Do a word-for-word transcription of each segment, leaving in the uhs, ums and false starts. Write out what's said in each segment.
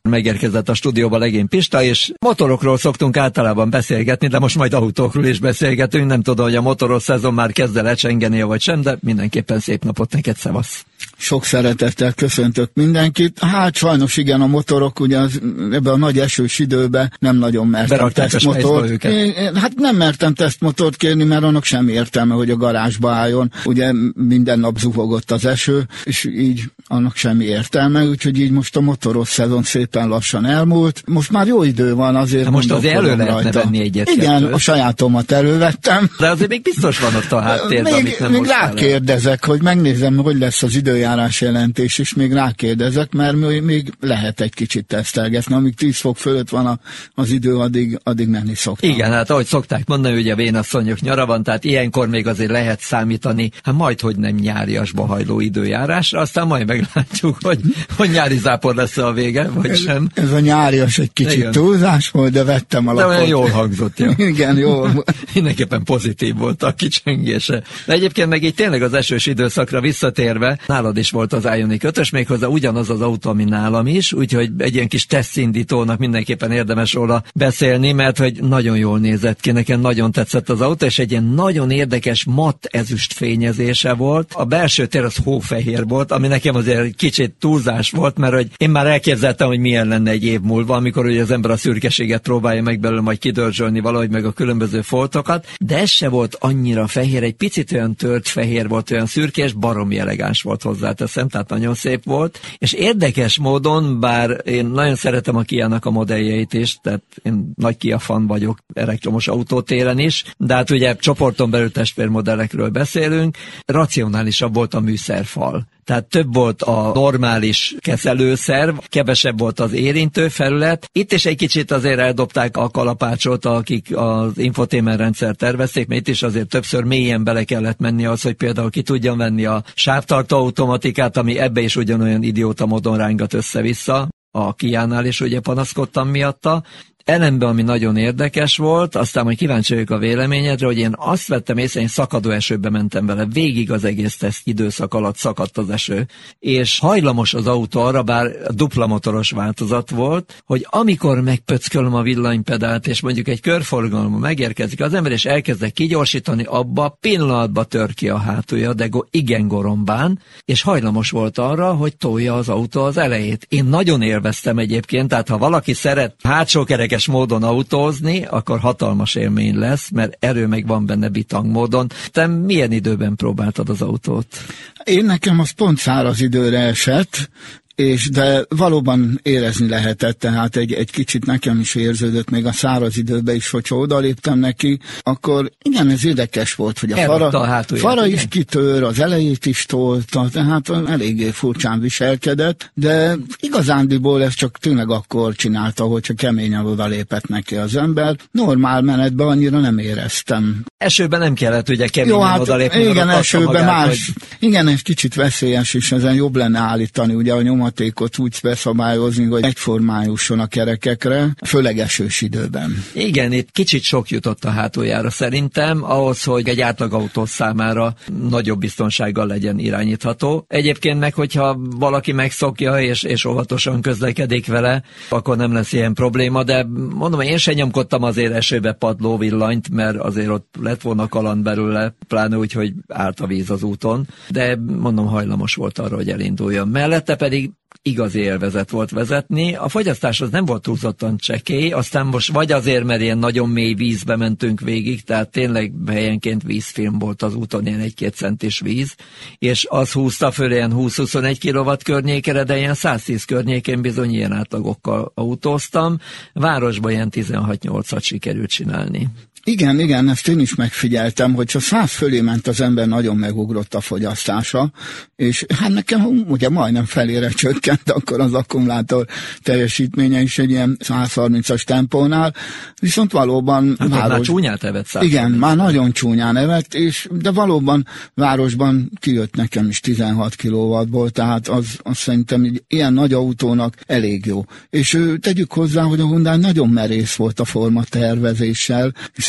Megérkezett a stúdióba Legény Pista, és motorokról szoktunk általában beszélgetni, de most majd autókról is beszélgetünk. Nem tudom, hogy a motoros szezon már kezd el lecsengeni, vagy sem, de mindenképpen szép napot neked, szevasz! Sok szeretettel köszöntök mindenkit. Hát sajnos igen, a motorok ugye az, ebben a nagy esős időben nem nagyon mertem tesztmotort. Hát nem mertem tesztmotort kérni, mert annak sem értelme, hogy a garázsba álljon. Ugye minden nap zuhogott az eső, és így annak semmi értelme, úgyhogy így most a motoros szezon szépen lassan elmúlt. Most már jó idő van, azért hát most azért elő lehetne venni egyet. Igen, kettő. A sajátomat elővettem. De azért még biztos van ott a háttérben, még, amit nem még rákérdezek, hogy megnézem, hogy lesz az időjárás jelentés, és még rákérdezek, mert még lehet egy kicsit tesztelgetni. Amíg tíz fok fölött van a, az idő, addig, addig menni szoktam. Igen, hát ahogy szokták mondani, ugye vénasszonyok nyara van, tehát ilyenkor még azért lehet számítani, hát majd, hogy nem nyáriasba hajló időjárásra, aztán majd meglátjuk, hogy, hogy nyári zápor lesz a vége, vagy ez, sem. Ez a nyárias egy kicsit igen. túlzás volt, de vettem a lapot. De olyan jól hangzott, jó. Igen, jól. Mindenképpen pozitív volt a kicsengése. De egyébként meg így tényleg az esős időszakra visszatérve, nálad is volt az Ioniq ötös, méghozzá ugyanaz az autó, ami nálam is, úgyhogy egy ilyen kis tesztindítónak mindenképpen érdemes róla beszélni, mert hogy nagyon jól nézett ki, nekem nagyon tetszett az autó, és egy ilyen nagyon érdekes matt ezüst fényezése volt. A belső tér az hófehér volt, ami nekem azért kicsit túlzás volt, mert hogy én már elképzeltem, hogy milyen lenne egy év múlva, amikor ugye az ember a szürkeséget próbálja meg belőle majd kidörzsölni valahogy meg a különböző foltokat, de ez se volt annyira fehér, egy picit olyan tört fehér volt, olyan szürkés, baromi elegáns volt, hozzáteszem, tehát nagyon szép volt, és érdekes módon, bár én nagyon szeretem a Kia-nak a modelljeit is, tehát én nagy Kia fan vagyok elektromos autótéren is, de hát ugye csoporton belül testvérmodellekről beszélünk, racionálisabb volt a műszerfal. Tehát több volt a normális kezelőszerv, kevesebb volt az érintő felület. Itt is egy kicsit azért eldobták a kalapácsot, akik az infotainment rendszer tervezték, mert itt is azért többször mélyen bele kellett menni az, hogy például ki tudjon venni a sávtartó automatikát, ami ebbe is ugyanolyan idióta módon rángat össze-vissza. A Kia-nál is ugye panaszkodtam miatta. Ellenben, ami nagyon érdekes volt, aztán majd kíváncsi vagyok a véleményedre, hogy én azt vettem észre, én szakadó esőbe mentem vele, végig az egész teszt időszak alatt szakadt az eső, és hajlamos az autó arra, bár dupla motoros változat volt, hogy amikor megpöckölöm a villanypedált, és mondjuk egy körforgalomban megérkezik az ember, és elkezdek kigyorsítani, abba pillanatba tör ki a hátulja, de go- igen gorombán, és hajlamos volt arra, hogy tolja az autó az elejét. Én nagyon élveztem egyébként, tehát ha valaki szeret hátsó kerekes módon autózni, akkor hatalmas élmény lesz, mert erő meg van benne bitang módon. Te milyen időben próbáltad az autót? Én nekem az pont száraz időre esett, és de valóban érezni lehetett, tehát egy, egy kicsit nekem is érződött még a száraz időben is, hogyha odaléptem neki, akkor igen, ez érdekes volt, hogy a fara, a fara is kitör, az elejét is tolta, tehát eléggé furcsán viselkedett, de igazándiból ez csak tényleg akkor csinálta, hogyha keményen odalépett neki az ember. Normál menetben annyira nem éreztem. Esőben nem kellett ugye keményen Jó, hát odalépni. Igen, esőben magát, más. Hogy... Igen, egy kicsit veszélyes, és ezen jobb lenne állítani, ugye a nyomat úgy beszabályozni, hogy egyformán jusson a kerekekre, főleg esős időben. Igen, itt kicsit sok jutott a hátuljára szerintem, ahhoz, hogy egy átlag számára nagyobb biztonsággal legyen irányítható. Egyébként meg, hogyha valaki megszokja és, és óvatosan közlekedik vele, akkor nem lesz ilyen probléma, de mondom, én sem nyomkodtam azért esőbe padló villanyt, mert azért ott lett volna kaland belőle, pláne úgy, hogy állt a víz az úton, de mondom, hajlamos volt arra, hogy elinduljon. Mellette pedig igazi élvezet volt vezetni. A fogyasztás az nem volt túlzottan csekély, aztán most vagy azért, mert ilyen nagyon mély vízbe mentünk végig, tehát tényleg helyenként vízfilm volt az úton, ilyen egy-két centis víz, és az húzta föl ilyen húsz-huszonegy kilowatt környékere, de ilyen száz tíz környékén bizony ilyen átlagokkal autóztam. Városban ilyen tizenhat-nyolcat sikerült csinálni. Igen, igen, ezt én is megfigyeltem, hogy ha száz fölé ment az ember, nagyon megugrott a fogyasztása, és hát nekem ugye majdnem felére csökkent akkor az akkumulátor teljesítménye is egy ilyen száz harmincas tempónál, viszont valóban... Hát város... már csúnyát evett száz harminc. Igen, már nagyon csúnyán evett, és, de valóban városban kijött nekem is tizenhat kilowattból, tehát az, az szerintem egy ilyen nagy autónak elég jó. És tegyük hozzá, hogy a Hyundai nagyon merész volt a formatervezéssel, hiszen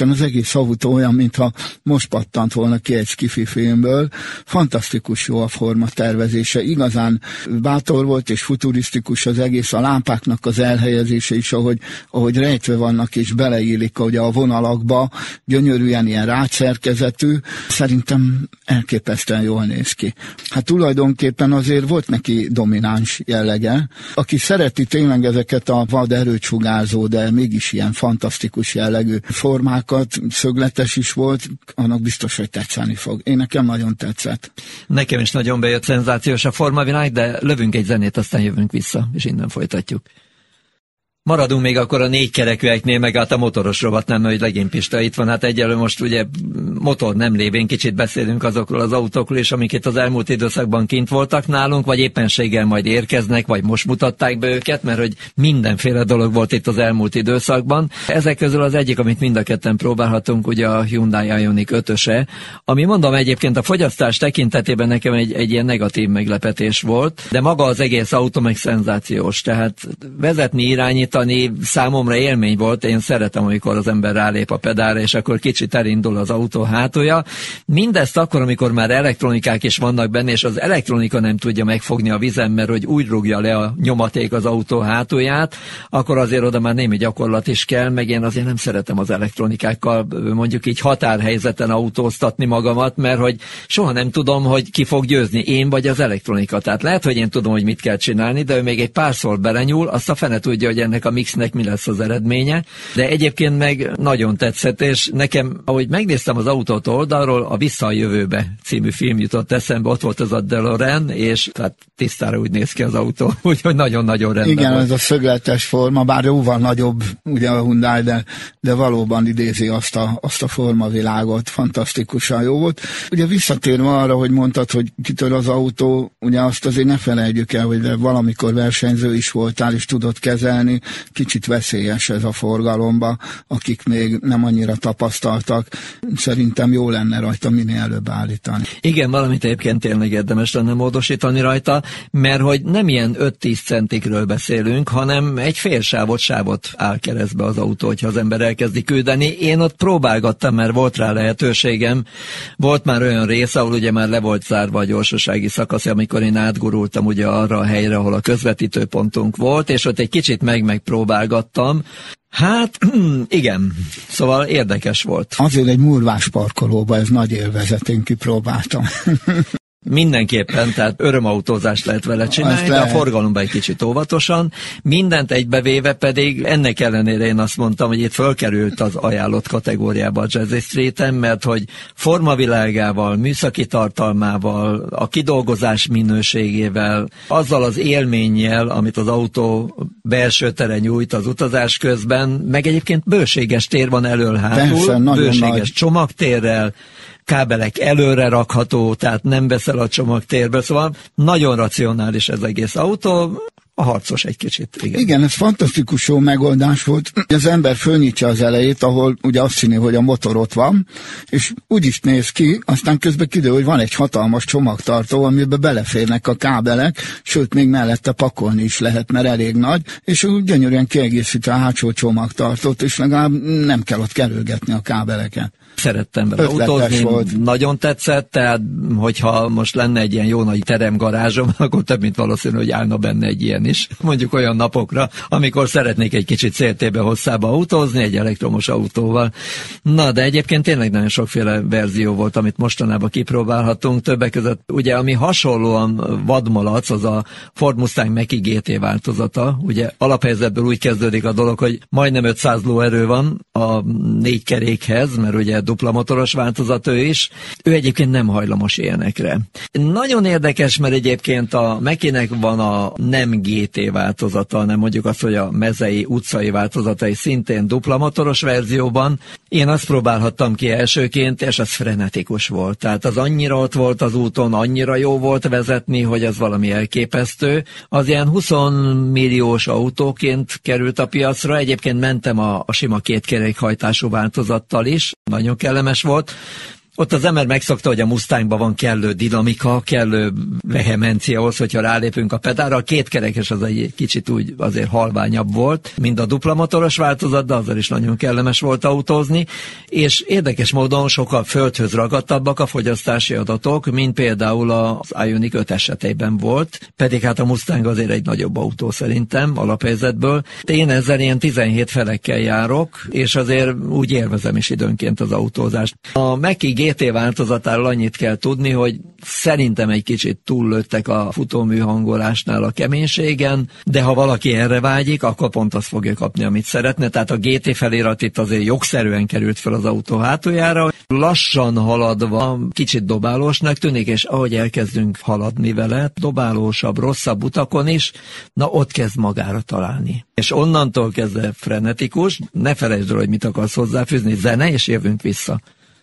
Egyszerűen az egész autó olyan, mintha most pattant volna ki egy sci-fi filmből. Fantasztikus jó a forma tervezése, igazán bátor volt és futurisztikus az egész, a lámpáknak az elhelyezése is, ahogy, ahogy rejtve vannak és beleillik ugye a vonalakba, gyönyörűen ilyen rácszerkezetű, szerintem elképesztően jól néz ki. Hát tulajdonképpen azért volt neki domináns jellege. Aki szereti tényleg ezeket a vad erősugárzó, de mégis ilyen fantasztikus jellegű formákat, szögletes is volt, annak biztos, hogy tetszeni fog. Én nekem nagyon tetszett. Nekem is nagyon bejött, szenzációs a formavilág, de lövünk egy zenét, aztán jövünk vissza, és innen folytatjuk. Maradunk még akkor a négykerekűeknél, meg hát a motoros rovatnál, mert Legény Pista itt van. Hát egyelőre most ugye motor nem lévén, kicsit beszélünk azokról az autókról is, amik itt az elmúlt időszakban kint voltak nálunk, vagy éppenséggel majd érkeznek, vagy most mutatták be őket, mert hogy mindenféle dolog volt itt az elmúlt időszakban. Ezek közül az egyik, amit mind a ketten próbálhatunk, ugye a Hyundai Ioniq ötöse, ami mondom egyébként a fogyasztás tekintetében nekem egy, egy ilyen negatív meglepetés volt, de maga az egész autó meg szenzációs, tehát vezetni, irányítani számomra élmény volt, én szeretem, amikor az ember rálép a pedálra, és akkor kicsit elindul az autó hátulja. Mindezt akkor, amikor már elektronikák is vannak benne, és az elektronika nem tudja megfogni a vizen, mert hogy úgy rúgja le a nyomaték az autó hátulját, akkor azért oda már némi gyakorlat is kell, meg én azért nem szeretem az elektronikákkal mondjuk így határhelyzeten autóztatni magamat, mert hogy soha nem tudom, hogy ki fog győzni, én vagy az elektronika. Tehát lehet, hogy én tudom, hogy mit kell csinálni, de ő még egy párszor belenyúl, azt a fene tudja, hogy ennek a mixnek mi lesz az eredménye, de egyébként meg nagyon tetszett, és nekem, ahogy megnéztem az autót oldalról, a Vissza a jövőbe című film jutott eszembe, ott volt az a DeLorean, és tehát tisztára úgy néz ki az autó, úgyhogy nagyon-nagyon rendben Igen, volt. Ez a szögletes forma, bár jóval nagyobb ugye a Hyundai, de, de valóban idézi azt a, azt a formavilágot, fantasztikusan jó volt. Ugye visszatérve arra, hogy mondtad, hogy kitör az autó, ugye azt azért ne felejtjük el, hogy valamikor versenyző is voltál, és tudod kezelni. Kicsit veszélyes ez a forgalomba, akik még nem annyira tapasztaltak. Szerintem jó lenne rajta minél előbb állítani. Igen, valamit egyébként tényleg érdemes lenne módosítani rajta, mert hogy nem ilyen öt-tíz centikről beszélünk, hanem egy fél sávot, sávot áll keresztbe az autó, hogyha az ember elkezdi küldeni. Én ott próbálgattam, mert volt rá lehetőségem. Volt már olyan rész, ahol ugye már le volt zárva a gyorsasági szakasz, amikor én átgurultam ugye arra a helyre, ahol a közvetítőpontunk volt, és ott egy kicsit meg megpróbálgattam. Hát, igen, szóval érdekes volt. Azért egy murvás parkolóba ez nagy élvezet, én kipróbáltam. Mindenképpen, tehát örömautózást lehet vele csinálni, de a forgalomban egy kicsit óvatosan. Mindent egybevéve pedig ennek ellenére én azt mondtam, hogy itt fölkerült az ajánlott kategóriába a Jazzy Streeten, mert hogy formavilágával, műszaki tartalmával, a kidolgozás minőségével, azzal az élménnyel, amit az autó belső tere nyújt az utazás közben, meg egyébként bőséges tér van elől-hátul, bőséges nagy csomagtérrel, kábelek előre rakható, tehát nem veszel a csomagtérből, szóval nagyon racionális ez egész autó, a harcos egy kicsit. Igen. Igen, ez fantasztikus jó megoldás volt. Az ember fölnyitja az elejét, ahol ugye azt hinné, hogy a motor ott van, és úgy is néz ki, aztán közben kiderül, hogy van egy hatalmas csomagtartó, amiben beleférnek a kábelek, sőt, még mellette pakolni is lehet, mert elég nagy, és úgy gyönyörűen kiegészíti a hátsó csomagtartót, és legalább nem kell ott kerülgetni a kábeleket. Szerettem vele autózni, volt. Nagyon tetszett, tehát hogyha most lenne egy ilyen jó nagy teremgarázsom, akkor több mint valószínű, hogy állna benne egy ilyen is. Mondjuk olyan napokra, amikor szeretnék egy kicsit széltébe hosszába autózni, egy elektromos autóval. Na, de egyébként tényleg nagyon sokféle verzió volt, amit mostanában kipróbálhatunk. Többek között, ugye, ami hasonlóan vadmalac, az a Ford Mustang Mach-E gé té változata. Ugye alaphelyzetből úgy kezdődik a dolog, hogy majdnem ötszáz lóerő van a négy kerékhez, mert ugye dupla motoros változat ő is. Ő egyébként nem hajlamos ilyenekre. Nagyon érdekes, mert egyébként a Mach-E-nek van a nem gé té változata, hanem mondjuk azt, hogy a mezei, utcai változatai szintén dupla motoros verzióban. Én azt próbálhattam ki elsőként, és az frenetikus volt. Tehát az annyira ott volt az úton, annyira jó volt vezetni, hogy az valami elképesztő. Az ilyen húsz milliós autóként került a piacra. Egyébként mentem a, a sima kétkerékhajtású változattal is. Nagyon kellemes volt. Ott az ember megszokta, hogy a Mustangban van kellő dinamika, kellő vehemencia ahhoz, hogyha rálépünk a pedálra. A kétkerekes az egy kicsit úgy azért halványabb volt, mint a dupla motoros változat, de azzal is nagyon kellemes volt autózni, és érdekes módon sokkal földhöz ragadtabbak a fogyasztási adatok, mint például az Ioniq öt esetében volt, pedig hát a Mustang azért egy nagyobb autó szerintem alaphelyzetből. Én ezzel ilyen tizenhét felekkel járok, és azért úgy élvezem is időnként az autózást. A Mach-E gé té változatáról annyit kell tudni, hogy szerintem egy kicsit túllőttek a futómű hangolásnál a keménységen, de ha valaki erre vágyik, akkor pont azt fogja kapni, amit szeretne. Tehát a gé té felirat itt azért jogszerűen került fel az autó hátuljára. Lassan haladva kicsit dobálósnak tűnik, és ahogy elkezdünk haladni vele, dobálósabb, rosszabb utakon is, na ott kezd magára találni. És onnantól kezdve frenetikus, ne felejtsd el, hogy mit akarsz hozzáfűzni, zene, és jövünk vissza.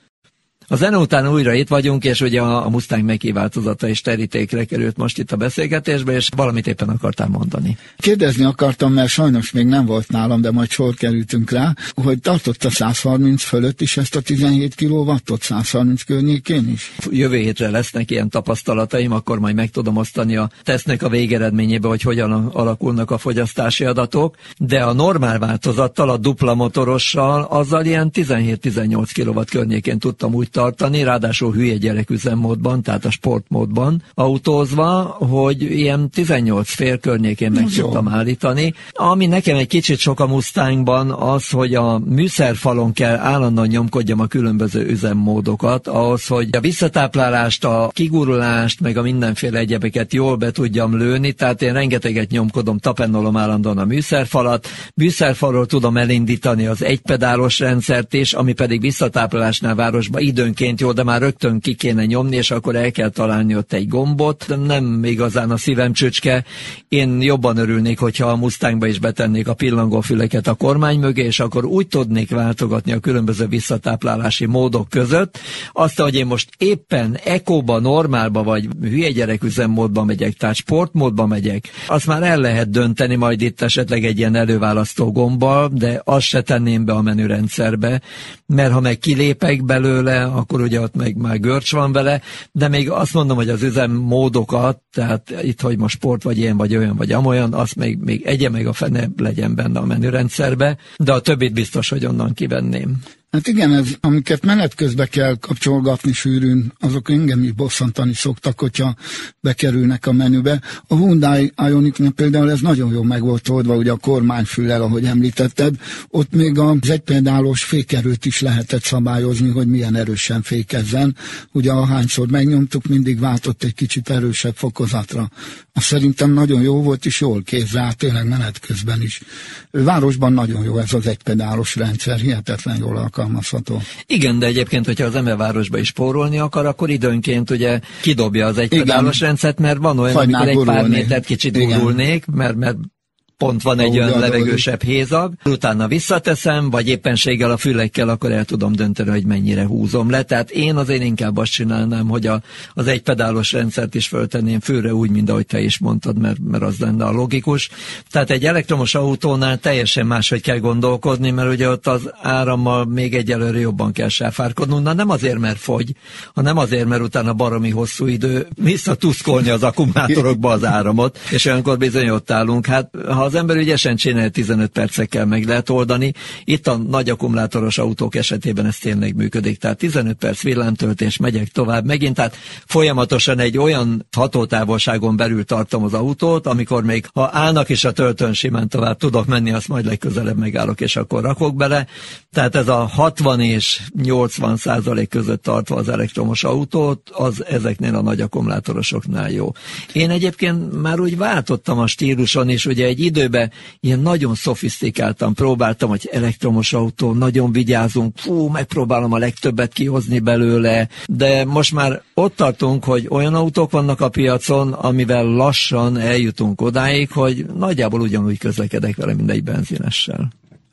A zene után újra itt vagyunk, és ugye a Mustang Mach-E változata is terítékre került most itt a beszélgetésbe, és valamit éppen akartál mondani. Kérdezni akartam, mert sajnos még nem volt nálam, de majd sor kerültünk rá, hogy tartott a száz harminc fölött is ezt a tizenhét kilowattot, száz harminc környékén is? Jövő hétre lesznek ilyen tapasztalataim, akkor majd meg tudom osztani a tesznek a végeredményébe, hogy hogyan alakulnak a fogyasztási adatok, de a normál változattal, a dupla motorossal, azzal ilyen tizenhét-tizennyolc kilowatt környékén tudtam úgy tartani, ráadásul hülye gyerek üzemmódban, tehát a sportmódban autózva, hogy ilyen tizennyolc fél környékén meg tudtam állítani. Ami nekem egy kicsit sok a Mustangban az, hogy a műszerfalon kell állandóan nyomkodjam a különböző üzemmódokat, ahhoz, hogy a visszatáplálást, a kigurulást, meg a mindenféle egyebeket jól be tudjam lőni, tehát én rengeteget nyomkodom, tapennolom állandóan a műszerfalat, műszerfalról tudom elindítani az egypedálos rendszert is, ami pedig visszatáplálásnál városba idő időnként jó, de már rögtön ki kéne nyomni, és akkor el kell találni ott egy gombot. De nem igazán a szívem csücske. Én jobban örülnék, hogyha a Mustangba is betennék a pillangófüleket a kormány mögé, és akkor úgy tudnék váltogatni a különböző visszatáplálási módok között. Azt, hogy én most éppen ekóba, normálba, vagy hülye gyerek üzemmódba megyek, tehát sportmódba megyek, azt már el lehet dönteni majd itt esetleg egy ilyen előválasztó gombbal, de azt se tenném be a menürendszerbe, mert ha meg kilépek belőle, akkor ugye ott meg már görcs van vele, de még azt mondom, hogy az üzemmódokat, tehát itt, hogy most sport vagy ilyen, vagy olyan, vagy amolyan, azt még, még egye meg a fene legyen benne a menürendszerbe, de a többit biztos, hogy onnan kivenném. Hát igen, ez, amiket menet közben kell kapcsolgatni sűrűn, azok engem is bosszantani szoktak, hogyha bekerülnek a menübe. A Hyundai Ioniqnak például ez nagyon jól meg volt oldva, ugye a kormányfüllel, ahogy említetted, ott még az egypedálos fékerőt is lehetett szabályozni, hogy milyen erősen fékezzen. Ugye ahányszor megnyomtuk, mindig váltott egy kicsit erősebb fokozatra. Azt szerintem nagyon jó volt, és jól kézre állt, tényleg menet közben is. Városban nagyon jó ez az egypedálos rendszer, hihetetlen jól alkalmazható. Igen, de egyébként, hogyha az ember városba is spórolni akar, akkor időnként ugye kidobja az egypedálos rendszert, mert van olyan, Hagynál amikor egy gurulni. pár métert kicsit gurulnék, mert, mert pont van egy olyan levegősebb hézag, utána visszateszem, vagy éppenséggel a fülekkel, akkor el tudom dönteni, hogy mennyire húzom le. Tehát én azért inkább azt csinálnám, hogy a, az egypedálos rendszert is föltenném főre úgy, mint ahogy te is mondtad, mert, mert az lenne a logikus. Tehát egy elektromos autónál teljesen máshogy kell gondolkodni, mert ugye ott az árammal még egyelőre jobban kell sáfárkodnunk. Na nem azért, mert fogy, hanem azért, mert utána baromi hosszú idő visszatuszkolni az akkumulátorokba az áramot, és olyankor bizony ott állunk. Hát ha az ember ügyesen csinálja, tizenöt percekkel meg lehet oldani. Itt a nagy akkumulátoros autók esetében ez tényleg működik. Tehát tizenöt perc villámtöltés, megyek tovább megint. Tehát folyamatosan egy olyan hatótávolságon belül tartom az autót, amikor még ha állnak is a töltőn simán tovább tudok menni, azt majd legközelebb megállok, és akkor rakok bele. Tehát ez a hatvan és nyolcvan százalék között tartva az elektromos autót, az ezeknél a nagy akkumulátorosoknál jó. Én egyébként már úgy váltottam a stíluson is, ugye egy időben ilyen nagyon szofisztikáltan próbáltam, hogy elektromos autó, nagyon vigyázunk, fú, megpróbálom a legtöbbet kihozni belőle, de most már ott tartunk, hogy olyan autók vannak a piacon, amivel lassan eljutunk odáig, hogy nagyjából ugyanúgy közlekedek vele, mint egy benzinessel.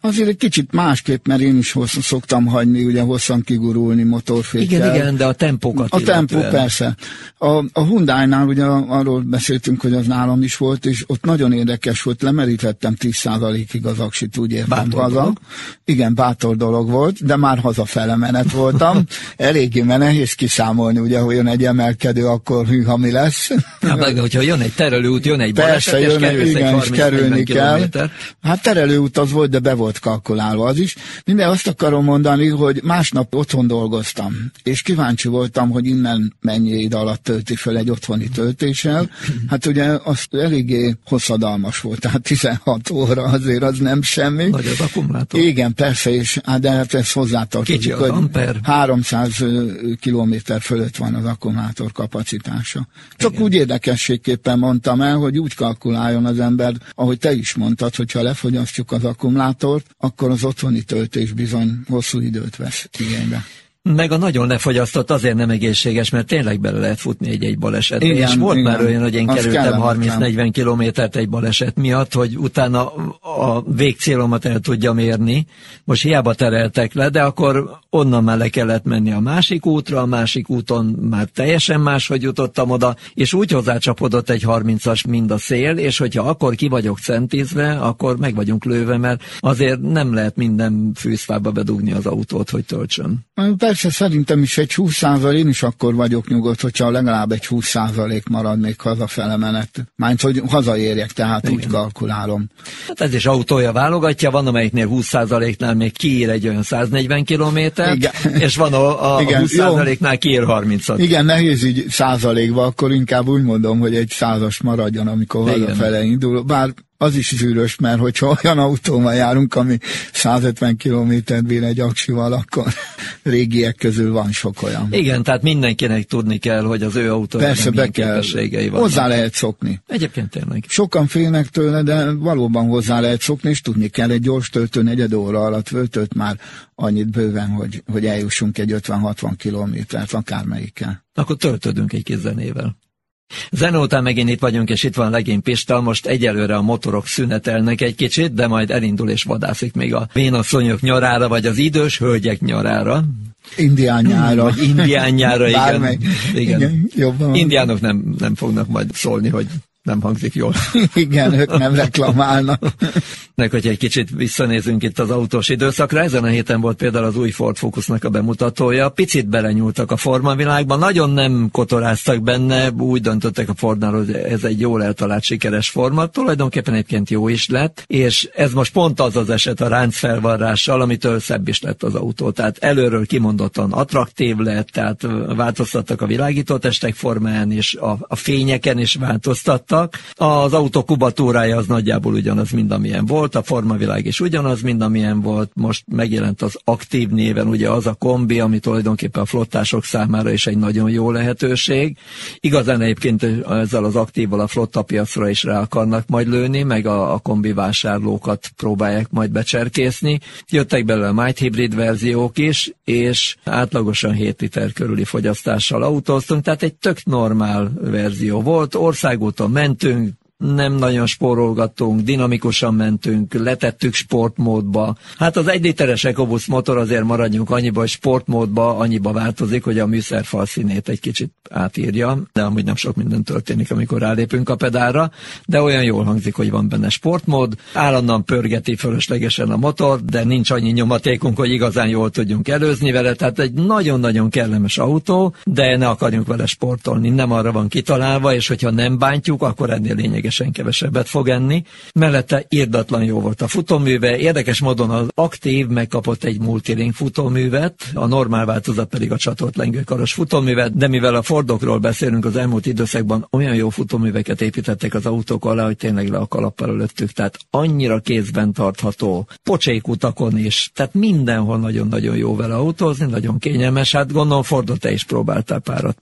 Azért egy kicsit másképp, mert én is hosszú szoktam hagyni, ugye hosszan kigurulni motorfékkel. Igen, igen, de a tempókat A tempó persze. A, a Hyundai-nál ugye arról beszéltünk, hogy az nálam is volt, és ott nagyon érdekes volt, lemerítettem tíz százalékig az aksit, úgy értem bátor haza. Dolog. Igen, bátor dolog volt, de már hazafele menet voltam. Eléggé nehéz kiszámolni, ugye, hogy jön egy emelkedő, akkor hűha mi lesz. Hát meg, hogyha jön egy terelőút, jön egy persze, baleset, jön, és kerülsz igen, egy harminc-negyven kilométer. Hát terelőút az volt, de be volt kalkulálva az is. Minden azt akarom mondani, hogy másnap otthon dolgoztam, és kíváncsi voltam, hogy innen mennyi idő alatt tölti fel egy otthoni töltéssel. Hát ugye az eléggé hosszadalmas volt, tehát tizenhat óra azért az nem semmi. Nagy az akkumulátor. Igen, persze, és hát de hát ez hozzátartozik, hogy amper. háromszáz kilométer fölött van az akkumulátor kapacitása. Csak igen. Úgy érdekességképpen mondtam el, hogy úgy kalkuláljon az ember, ahogy te is mondtad, hogyha lefogyasztjuk az akkumulátort, akkor az otthoni töltés bizony hosszú időt vesz igénybe. Meg a nagyon lefogyasztott azért nem egészséges, mert tényleg bele lehet futni egy-egy balesetbe. Igen, és volt igen. már olyan, hogy én azt kerültem harminc-negyven kilométert egy baleset miatt, hogy utána a végcélomat el tudjam érni. Most hiába tereltek le, de akkor onnan már le kellett menni a másik útra, a másik úton már teljesen máshogy jutottam oda, és úgy hozzácsapodott egy harmincas mind a szél, és hogyha akkor ki vagyok centízve, akkor meg vagyunk lőve, mert azért nem lehet minden fűszfába bedugni az autót, hogy töltsön. Persze szerintem is egy húsz százalék, én is akkor vagyok nyugodt, hogyha legalább egy húsz százalék marad még hazafele menet. Mármint, hogy hazaérjek, tehát igen. Úgy kalkulálom. Hát ez is autója válogatja, van amelyiknél húsz százaléknál még kiír egy olyan száznegyven kilométert, és van a, a igen, húsz százaléknál kiír harmincat. Igen, nehéz így százalékba, akkor inkább úgy mondom, hogy egy százas maradjon, amikor hazafele indul. Bár az is zűrös, mert hogyha olyan autóval járunk, ami százötven kilométert bír egy aksival, akkor régiek közül van sok olyan. Igen, tehát mindenkinek tudni kell, hogy az ő autója milyen képességei vannak. Hozzá lehet szokni. Egyébként tényleg. Sokan félnek tőle, de valóban hozzá lehet szokni, és tudni kell, egy gyors töltő negyed óra alatt föltölt már annyit bőven, hogy, hogy eljussunk egy ötven-hatvan kilométert, akármelyikkel. Akkor töltődünk egy kis zenével. Zene után megint itt vagyunk, és itt van Legény Pista, most egyelőre a motorok szünetelnek egy kicsit, de majd elindul és vadászik még a vénasszonyok nyarára, vagy az idős hölgyek nyarára. Indián nyára. Vagy indián nyára, igen. igen. igen jobban. Indiánok nem, nem fognak majd szólni, hogy nem hangzik jól. Igen, ők nem reklamálnak. Nek, hogy egy kicsit visszanézünk itt az autós időszakra, ezen a héten volt például az új Ford Focusnak a bemutatója, picit belenyúltak a formavilágban, nagyon nem kotoráztak benne, úgy döntöttek a Fordnál, hogy ez egy jól eltalált sikeres forma, tulajdonképpen egyébként jó is lett, és ez most pont az az eset a ráncfelvarrással, amitől szebb is lett az autó, tehát előről kimondottan attraktív lett, tehát változtattak a világítótestek formáján is, a, a fényeken is változtattak. Az autó kubatúrája az nagyjából ugyanaz, mint amilyen volt, a formavilág is ugyanaz, mint amilyen volt, most megjelent az Aktív néven, ugye az a kombi, ami tulajdonképpen a flottások számára is egy nagyon jó lehetőség. Igazán egyébként ezzel az Aktívval a flottapiacra is rá akarnak majd lőni, meg a, a kombi vásárlókat próbálják majd becserkészni. Jöttek belőle a Might hibrid verziók is, és átlagosan hét liter körüli fogyasztással autóztunk, tehát egy tök normál verzió volt, országúton mentünk, nem nagyon spórolgattunk, dinamikusan mentünk, letettük sportmódba. Hát az egy literes EcoBoost motor azért maradjunk annyiba, hogy sportmódba annyiba változik, hogy a műszerfal színét egy kicsit átírja, de amúgy nem sok minden történik, amikor rálépünk a pedálra, de olyan jól hangzik, hogy van benne sportmód, állandóan pörgeti fölöslegesen a motor, de nincs annyi nyomatékunk, hogy igazán jól tudjunk előzni vele, tehát egy nagyon-nagyon kellemes autó, de ne akarjunk vele sportolni, nem arra van kitalálva, és hogyha nem bántjuk, akkor ennél lényeges kevesebbet fog enni. Mellette irdatlan jó volt a futóműve. Érdekes módon az Aktív megkapott egy multiring futóművet, a normál változat pedig a csatolt lengőkaros futóművet, de mivel a Fordokról beszélünk, az elmúlt időszakban olyan jó futóműveket építettek az autók alá, hogy tényleg le a kalappal előttük, tehát annyira kézben tartható, pocsék utakon is, tehát mindenhol nagyon-nagyon jó vele autózni, nagyon kényelmes. Hát gondolom Fordot te is próbáltál párat már.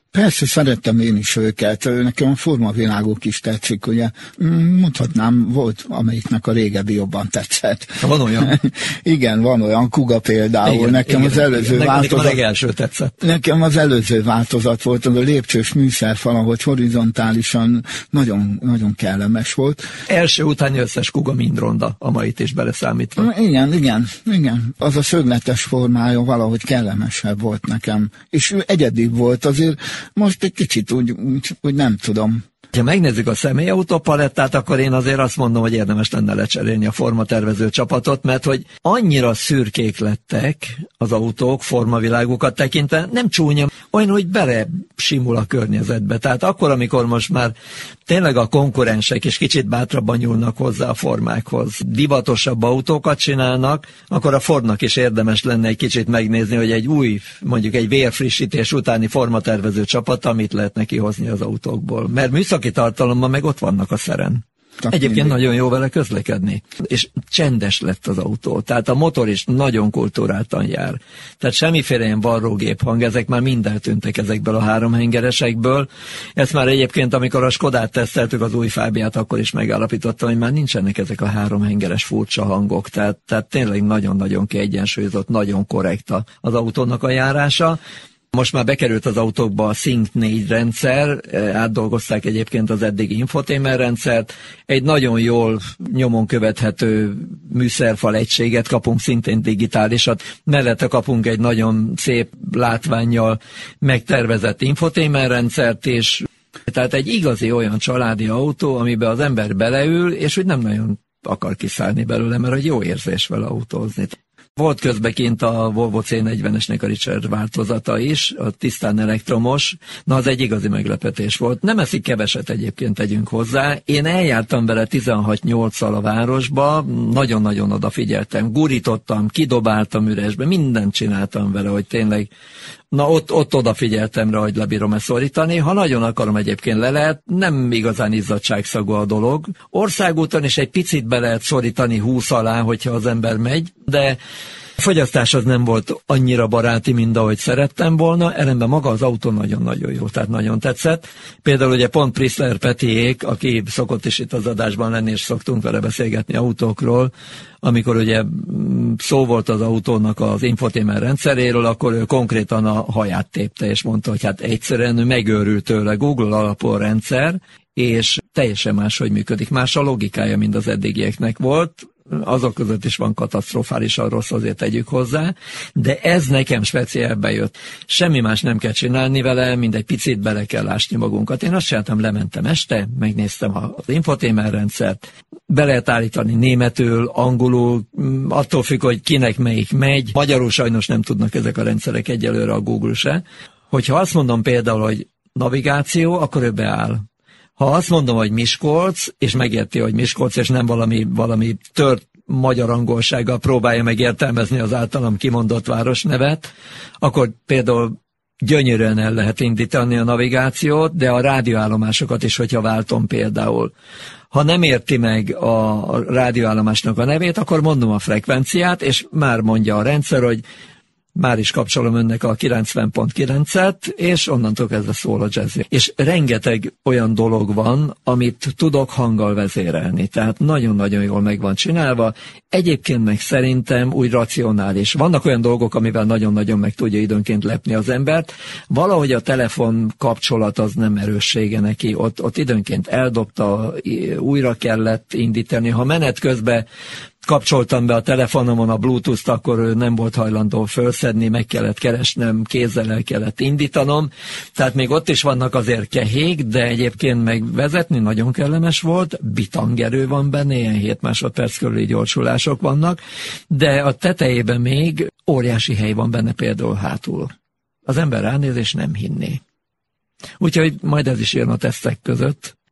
Persze, szerettem én is őket, nekem a formaviláguk is tetszik, ugye, mondhatnám, volt, amelyiknek a régebbi jobban tetszett. Van olyan? Igen, van olyan, Kuga például, igen, nekem igen, az előző igen. változat... Nekem a legelső tetszett. Nekem az előző változat volt, az a lépcsős műszerfal, ahogy horizontálisan nagyon, nagyon kellemes volt. Első utáni összes Kuga mind ronda, a mait is beleszámítva. Igen, igen, igen. Az a szögletes formája valahogy kellemesebb volt nekem, és egyedibb volt azért. Most egy kicsit úgy, úgy, úgy nem tudom. Ha megnézzük a személyautó palettát, akkor én azért azt mondom, hogy érdemes lenne lecserélni a formatervező csapatot, mert hogy annyira szürkék lettek az autók formavilágukat tekintve, nem csúnya, olyan, hogy bele simul a környezetbe. Tehát akkor, amikor most már tényleg a konkurensek is kicsit bátrabban nyúlnak hozzá a formákhoz, divatosabb autókat csinálnak, akkor a Fordnak is érdemes lenne egy kicsit megnézni, hogy egy új, mondjuk egy vérfrissítés utáni formatervező csapat, amit lehet neki hozni az autókból. Mert műszaki tartalommal meg ott vannak a szeren. Csak Egyébként mindig. Nagyon jó vele közlekedni. És csendes lett az autó. Tehát a motor is nagyon kultúráltan jár. Tehát semmiféle ilyen varrógép hang, ezek már mind eltűntek ezekből a háromhengeresekből. Ezt már egyébként, amikor a Skodát teszteltük, az új Fábiát, akkor is megállapítottam, hogy már nincsenek ezek a háromhengeres furcsa hangok. Tehát, tehát tényleg nagyon-nagyon kiegyensúlyozott, nagyon korrekt az autónak a járása. Most már bekerült az autókba a Sync négy rendszer, átdolgozták egyébként az eddigi infotainment rendszert, egy nagyon jól nyomon követhető műszerfal egységet kapunk, szintén digitálisat, mellette kapunk egy nagyon szép látvánnyal megtervezett infotainment rendszert, és tehát egy igazi olyan családi autó, amiben az ember beleül, és úgy nem nagyon akar kiszállni belőle, mert egy jó érzés vele autózni. Volt közben kint a Volvo cé negyvenesnek a Richard változata is, a tisztán elektromos, na az egy igazi meglepetés volt. Nem eszik keveset egyébként, tegyünk hozzá. Én eljártam vele tizenhat nyolccal a városba, nagyon-nagyon odafigyeltem, gurítottam, kidobáltam üresbe, mindent csináltam vele, hogy tényleg, na ott, ott odafigyeltem rá, hogy lebírom-e szorítani. Ha nagyon akarom, egyébként le lehet, nem igazán izzadságszagú a dolog. Országúton is egy picit be lehet szorítani húsz alá, hogyha az ember megy, de a fogyasztás az nem volt annyira baráti, mint ahogy szerettem volna, ellenben maga az autó nagyon-nagyon jó, tehát nagyon tetszett. Például ugye pont Prisler Petiék, aki szokott is itt az adásban lenni, és szoktunk vele beszélgetni autókról, amikor ugye szó volt az autónak az infotainment rendszeréről, akkor ő konkrétan a haját tépte, és mondta, hogy hát egyszerűen ő megőrült tőle, Google alapú a rendszer, és teljesen máshogy működik. Más a logikája, mint az eddigieknek volt. Azok között is van katasztrofálisan rossz, azért tegyük hozzá, de ez nekem speciál bejött. Semmi más nem kell csinálni vele, mint egy picit bele kell ásni magunkat. Én azt csináltam, lementem este, megnéztem az infotainment rendszert, be lehet állítani németül, angolul, attól függ, hogy kinek melyik megy. Magyarul sajnos nem tudnak ezek a rendszerek egyelőre, a Google se. Hogyha azt mondom például, hogy navigáció, akkor ő beáll. Ha azt mondom, hogy Miskolc, és megérti, hogy Miskolc, és nem valami, valami tört magyar angolsággal próbálja megértelmezni az általam kimondott városnevet, akkor például gyönyörűen el lehet indítani a navigációt, de a rádióállomásokat is, hogyha váltom például. Ha nem érti meg a rádióállomásnak a nevét, akkor mondom a frekvenciát, és már mondja a rendszer, hogy már is kapcsolom önnek a kilencven pont kilencet, és onnantól kezdve szól a Jazzy. És rengeteg olyan dolog van, amit tudok hanggal vezérelni, tehát nagyon-nagyon jól meg van csinálva. Egyébként meg szerintem úgy racionális. Vannak olyan dolgok, amivel nagyon-nagyon meg tudja időnként lepni az embert. Valahogy a telefon kapcsolat az nem erőssége neki. Ott, ott időnként eldobta, újra kellett indítani. Ha menet közben kapcsoltam be a telefonomon a Bluetooth-t, akkor ő nem volt hajlandó felszedni, meg kellett keresnem, kézzel el kellett indítanom. Tehát még ott is vannak azért kehék, de egyébként meg vezetni nagyon kellemes volt, bitangerő van benne, ilyen hét másodperc körüli gyorsulások vannak, de a tetejében még óriási hely van benne például hátul. Az ember ránéz és nem hinné. Úgyhogy majd ez is jön a tesztek között.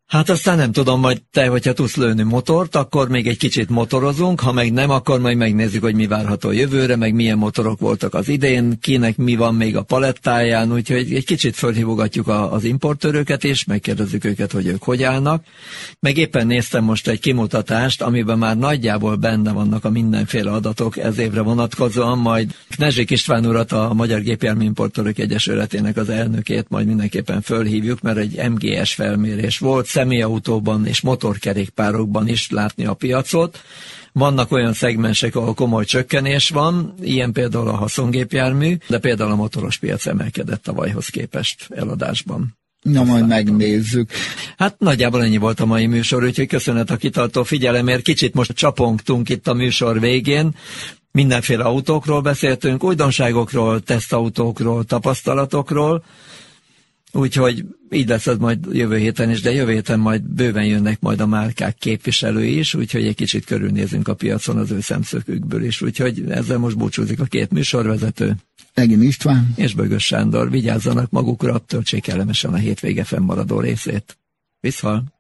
Hát aztán nem tudom, majd te, hogyha tudsz lőni motort, akkor még egy kicsit motorozunk, ha meg nem, akkor majd megnézzük, hogy mi várható jövőre, meg milyen motorok voltak az idén, kinek mi van még a palettáján, úgyhogy egy kicsit fölhívogatjuk a, az importőröket is, megkérdezzük őket, hogy ők hogy állnak. Meg éppen néztem most egy kimutatást, amiben már nagyjából benne vannak a mindenféle adatok ez évre vonatkozóan, majd Knezsik István urat, a Magyar Gépjármű Importőrök Egyesületének az elnökét majd mindenképpen fölhívjuk, mert egy em gé es felmérés volt, személyautóban és motorkerékpárokban is látni a piacot. Vannak olyan szegmensek, ahol komoly csökkenés van, ilyen például a haszongépjármű, de például a motoros piac emelkedett tavalyhoz képest eladásban. Na, majd megnézzük. Hát nagyjából ennyi volt a mai műsor, úgyhogy köszönet a kitartó figyelemért. Kicsit most csapongtunk itt a műsor végén. Mindenféle autókról beszéltünk, újdonságokról, tesztautókról, tapasztalatokról. Úgyhogy így lesz ez majd jövő héten is, de jövő héten majd bőven jönnek majd a márkák képviselői is, úgyhogy egy kicsit körülnézünk a piacon az ő szemszögükből is. Úgyhogy ezzel most búcsúzik a két műsorvezető. Egin István. És Bögös Sándor. Vigyázzanak magukra, töltsék kellemesen a hétvége fennmaradó részét. Viszhal!